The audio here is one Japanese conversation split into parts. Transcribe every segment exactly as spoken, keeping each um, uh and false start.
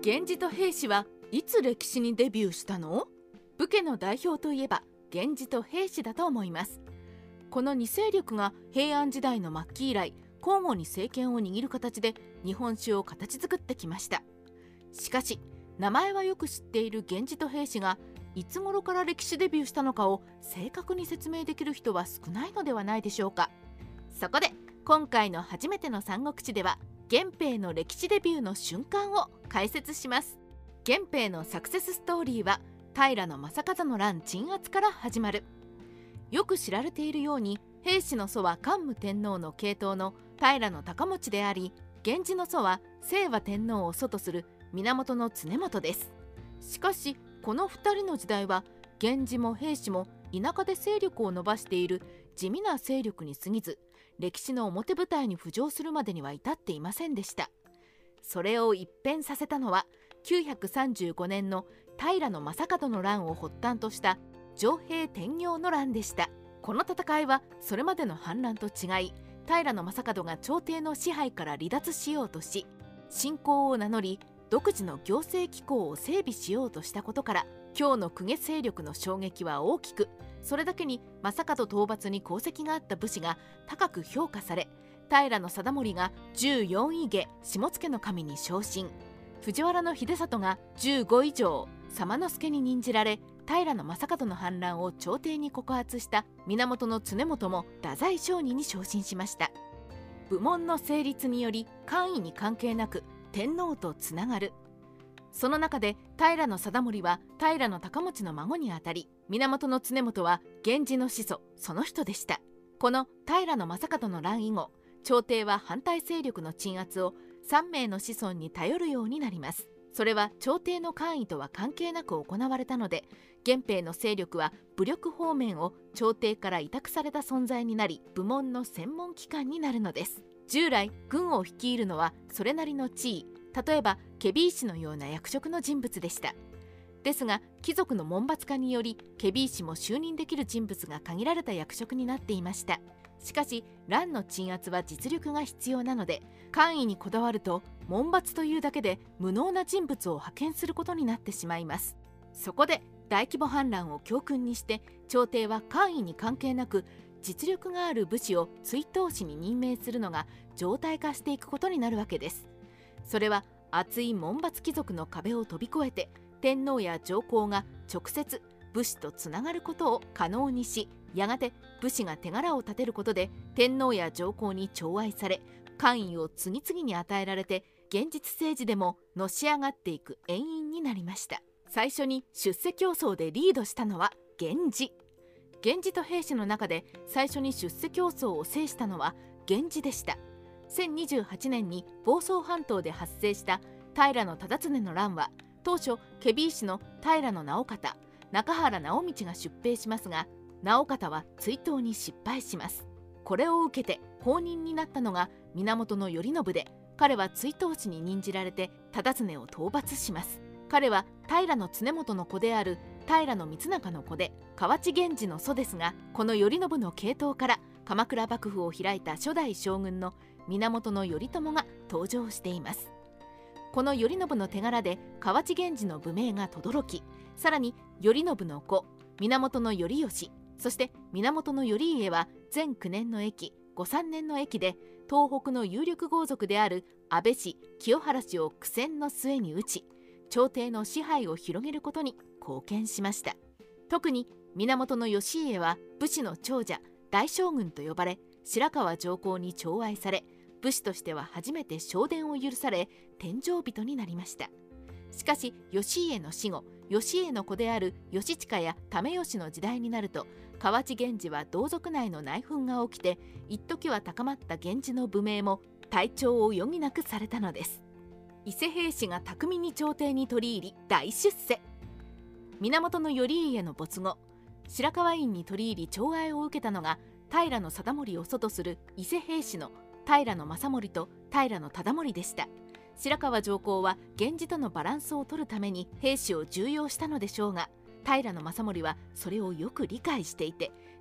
源氏と平氏はいつ歴史にデビューしたの？武家の代表といえば源氏と平氏だと思います。このに勢力が平安時代の末期以来交互に政権を握る形で日本史を形作ってきました。しかし名前はよく知っている源氏と平氏がいつ頃から歴史デビューしたのかを正確に説明できる人は少ないのではないでしょうか。そこで今回の初めての三国志では源平の歴史デビューの瞬間を解説します。源平のサクセスストーリーは平将門の乱鎮圧から始まる。よく知られているように平氏の祖は桓武天皇の系統の平高用であり、源氏の祖は清和天皇を祖とする源経元です。しかしこのふたりの時代は源氏も平氏も田舎で勢力を伸ばしている地味な勢力に過ぎず、歴史の表舞台に浮上するまでには至っていませんでした。それを一変させたのはきゅうひゃくさんじゅうごねんの平将門の乱を発端とした城平天行の乱でした。この戦いはそれまでの反乱と違い、平将門が朝廷の支配から離脱しようとし、信仰を名乗り独自の行政機構を整備しようとしたことから、今日の公家勢力の衝撃は大きく、それだけに正門討伐に功績があった武士が高く評価され、平貞盛がじゅうよんい下下野の神に昇進、藤原秀里がじゅうご以上左馬助に任じられ、平将門の反乱を朝廷に告発した源経元も太宰商人に昇進しました。部門の成立により官位に関係なく天皇とつながる。その中で平貞盛は平高用の孫にあたり、源経元は源氏の始祖その人でした。この平将門の乱以後、朝廷は反対勢力の鎮圧をさん名の子孫に頼るようになります。それは朝廷の官位とは関係なく行われたので、源平の勢力は武力方面を朝廷から委託された存在になり、部門の専門機関になるのです。従来軍を率いるのはそれなりの地位、例えば検非違使のような役職の人物でした。ですが貴族の門閥化により検非違使も就任できる人物が限られた役職になっていました。しかし乱の鎮圧は実力が必要なので、官位にこだわると門閥というだけで無能な人物を派遣することになってしまいます。そこで大規模反乱を教訓にして、朝廷は官位に関係なく実力がある武士を追討使に任命するのが常態化していくことになるわけです。それは厚い門閥貴族の壁を飛び越えて、天皇や上皇が直接武士とつながることを可能にし、やがて武士が手柄を立てることで天皇や上皇に寵愛され、官位を次々に与えられて、現実政治でものし上がっていく遠因になりました。最初に出世競争でリードしたのは源氏。源氏と平氏の中で最初に出世競争を制したのは源氏でした。せんにじゅうはちねんに房総半島で発生した平忠常の乱は、当初検非違使の平直方、中原直道が出兵しますが、直方は追討に失敗します。これを受けて後任になったのが源頼信で、彼は追討使に任じられて忠常を討伐します。彼は平常元の子である平光仲の子で、河内源氏の祖ですが、この頼信の系統から鎌倉幕府を開いた初代将軍の源頼朝が登場しています。この頼信の手柄で河内源氏の武名が轟き、さらに頼信の子源頼義、そして源頼家は全きゅうねんの役、ごさんねんの役で東北の有力豪族である安倍氏、清原氏を苦戦の末に討ち、朝廷の支配を広げることに貢献しました。特に源義家は武士の長者、大将軍と呼ばれ、白河上皇に寵愛され、武士としては初めて昇殿を許され天上人になりました。しかし義家の死後、義家の子である義親や為義の時代になると、河内源氏は同族内の内紛が起きて、一時は高まった源氏の武名も体調を余儀なくされたのです。伊勢平氏が巧みに朝廷に取り入り大出世。源頼家の没後、白河院に取り入り寵愛を受けたのが平貞盛を祖とする伊勢平氏の平正盛と平忠盛でした。白河上皇は源氏とのバランスを取るために平氏を重用したのでしょうが、平正盛はそれをよく理解していて、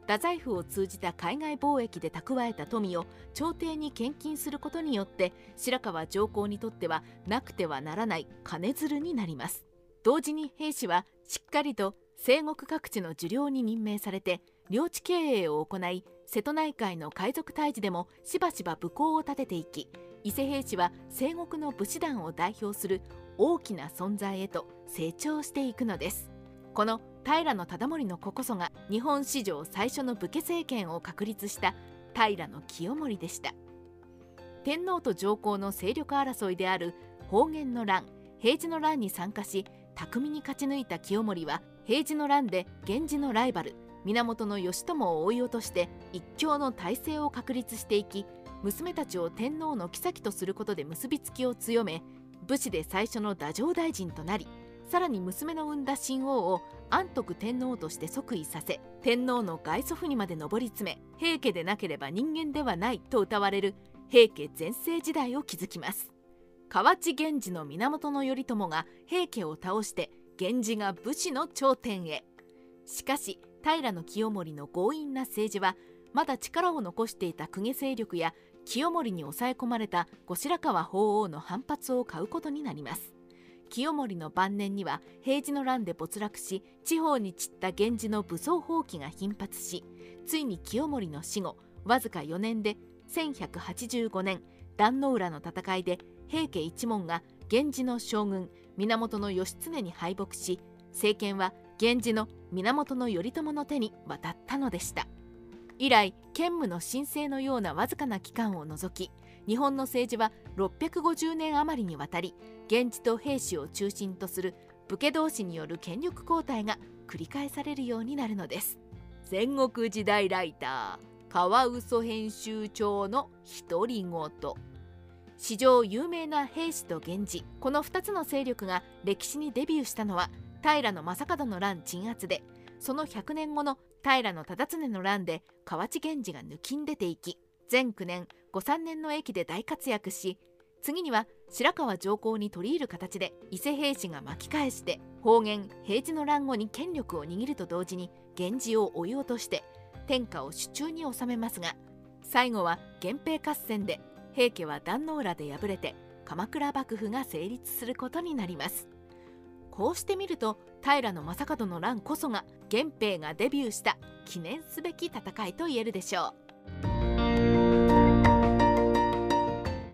太宰府を通じた海外貿易で蓄えた富を朝廷に献金することによって、白河上皇にとってはなくてはならない金づるになります。同時に兵士はしっかりと西国各地の受領に任命されて、領地経営を行い、瀬戸内海の海賊退治でもしばしば武功を立てていき、伊勢兵士は西国の武士団を代表する大きな存在へと成長していくのです。この平忠盛の子こそが日本史上最初の武家政権を確立した平清盛でした。天皇と上皇の勢力争いである保元の乱、平治の乱に参加し、巧みに勝ち抜いた清盛は、平治の乱で源氏のライバル源義朝を追い落として一強の体制を確立していき、娘たちを天皇の后とすることで結びつきを強め、武士で最初の太政大臣となり、さらに娘の産んだ親王を安徳天皇として即位させ、天皇の外祖父にまで上り詰め、平家でなければ人間ではないと謳われる平家全盛時代を築きます。河内源氏の源頼朝が平家を倒して、源氏が武士の頂点へ。しかし平清盛の強引な政治は、まだ力を残していた公家勢力や清盛に抑え込まれた後白河法皇の反発を買うことになります。清盛の晩年には平治の乱で没落し、地方に散った源氏の武装蜂起が頻発し、ついに清盛の死後わずかよねんでせんひゃくはちじゅうごねん、壇ノ浦の戦いで平家一門が源氏の将軍源義経に敗北し、政権は源氏の源頼朝の手に渡ったのでした。以来、建武の新政のようなわずかな期間を除き、日本の政治はろっぴゃくごじゅうねん余りにわたり、源氏と平氏を中心とする武家同士による権力交代が繰り返されるようになるのです。戦国時代ライターカワウソ編集長の独り言。史上有名な平氏と源氏、このふたつの勢力が歴史にデビューしたのは平将門の乱鎮圧で、そのひゃくねんごの平忠常の乱で河内源氏が抜きん出ていき、全きゅうねんごさんねんの役で大活躍し、次には白河上皇に取り入る形で伊勢平氏が巻き返して、保元平治の乱後に権力を握ると同時に源氏を追い落として天下を手中に収めますが、最後は源平合戦で平家は壇ノ浦で敗れて鎌倉幕府が成立することになります。こうしてみると平将門の乱こそが源平がデビューした記念すべき戦いと言えるでしょう。